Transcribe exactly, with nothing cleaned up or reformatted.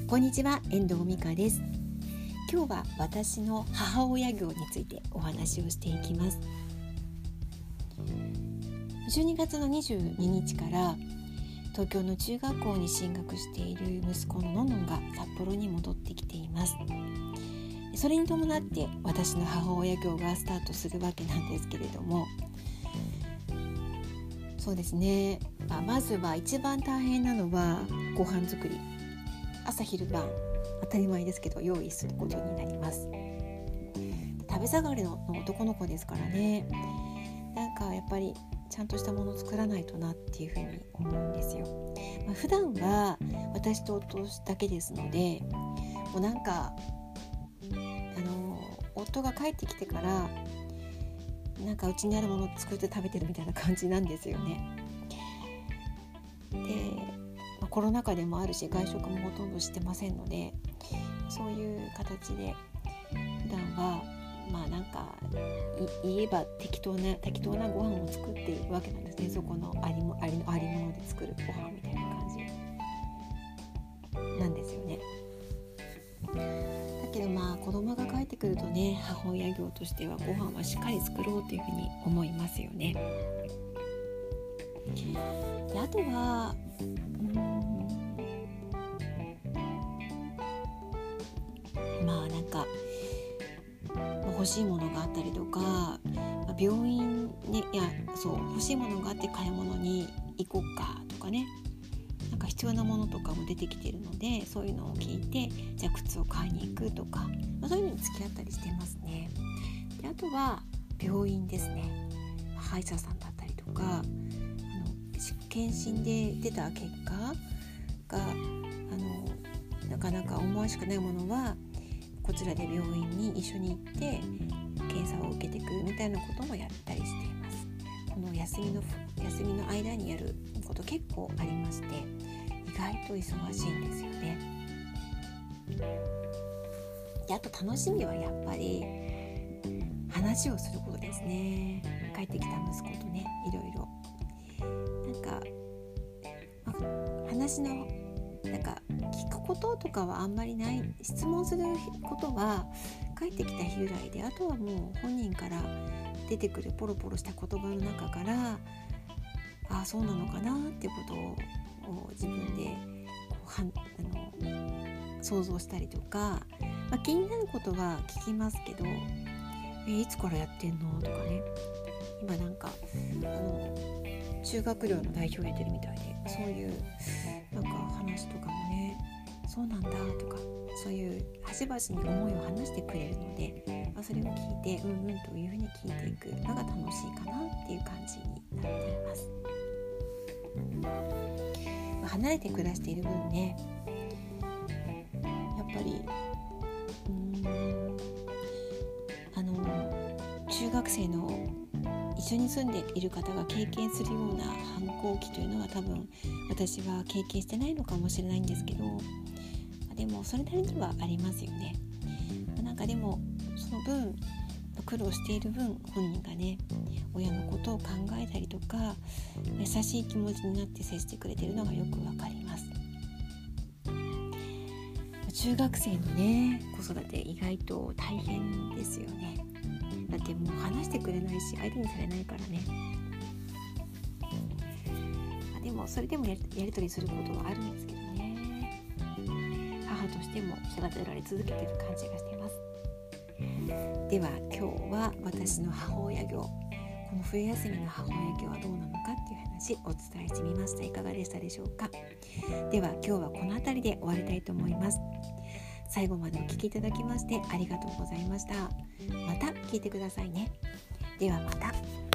こんにちは、遠藤美香です。今日は私の母親業についてお話をしていきます。じゅうにがつのにじゅうににちから東京の中学校に進学している息子ののんのんが札幌に戻ってきています。それに伴って私の母親業がスタートするわけなんですけれども、そうですね、まあ、まずは一番大変なのはご飯作り。朝昼晩当たり前ですけど用意することになります。食べ盛りの男の子ですからね、なんかやっぱりちゃんとしたものを作らないとなっていうふうに思うんですよ。まあ、普段は私と夫だけですので、もうなんかあの夫が帰ってきてからなんかうちにあるものを作って食べてるみたいな感じなんですよね。でコロナ禍でもあるし、外食もほとんどしてませんので、そういう形で普段はまあなんか言えば適当な適当なご飯を作っているわけなんですね。そこのありもありのありもので作るご飯みたいな感じなんですよね。だけどまあ子供が帰ってくるとね、母親業としてはご飯はしっかり作ろうというふうに思いますよね。であとはうーんまあなんか欲しいものがあったりとか、病院にいやそう欲しいものがあって買い物に行こうかとかね、なんか必要なものとかも出てきているので、そういうのを聞いてじゃあ靴を買いに行くとか、まあ、そういうのに付き合ったりしてますね。であとは病院ですね。歯医者さんだったりとか、あの検診で出た結果があのなかなか思わしくないものはこちらで病院に一緒に行って検査を受けてくるみたいなこともやったりしています。この休みの休みの間にやること結構ありまして、意外と忙しいんですよね。であと楽しみはやっぱり話をすることですね。帰ってきた息子とね、いろいろなんか、まあ、話のなんか聞くこととかはあんまりない。質問することは帰ってきた日ぐらいで、あとはもう本人から出てくるポロポロした言葉の中から、ああそうなのかなってことを自分でこうはんあの想像したりとか、まあ、気になることは聞きますけど、えいつからやってんのとかね、今なんかあの修学寮の代表やってるみたいで、そういうなんか話とかもね、そうなんだとか、そういう端々に思いを話してくれるので、まあ、それを聞いてうんうんというふうに聞いていくのが楽しいかなっていう感じになっています。まあ、離れて暮らしている分ね、やっぱりうーんあの中学生の一緒に住んでいる方が経験するような反抗期というのは多分私は経験してないのかもしれないんですけど、でもそれなりにはありますよね。なんかでもその分苦労している分、本人がね親のことを考えたりとか優しい気持ちになって接してくれているのがよくわかります。中学生のね子育て意外と大変ですよね。だってもう話してくれないし相手にされないからね。でもそれでもやり、やり取りすることはあるんですけどね、母としても育てられ続けている感じがしています。では今日は私の母親業、この冬休みの母親業はどうなのかっていう話をお伝えしてみました。いかがでしたでしょうか。では今日はこの辺りで終わりたいと思います。最後までお聞きいただきましてありがとうございました。また聞いてくださいね。ではまた。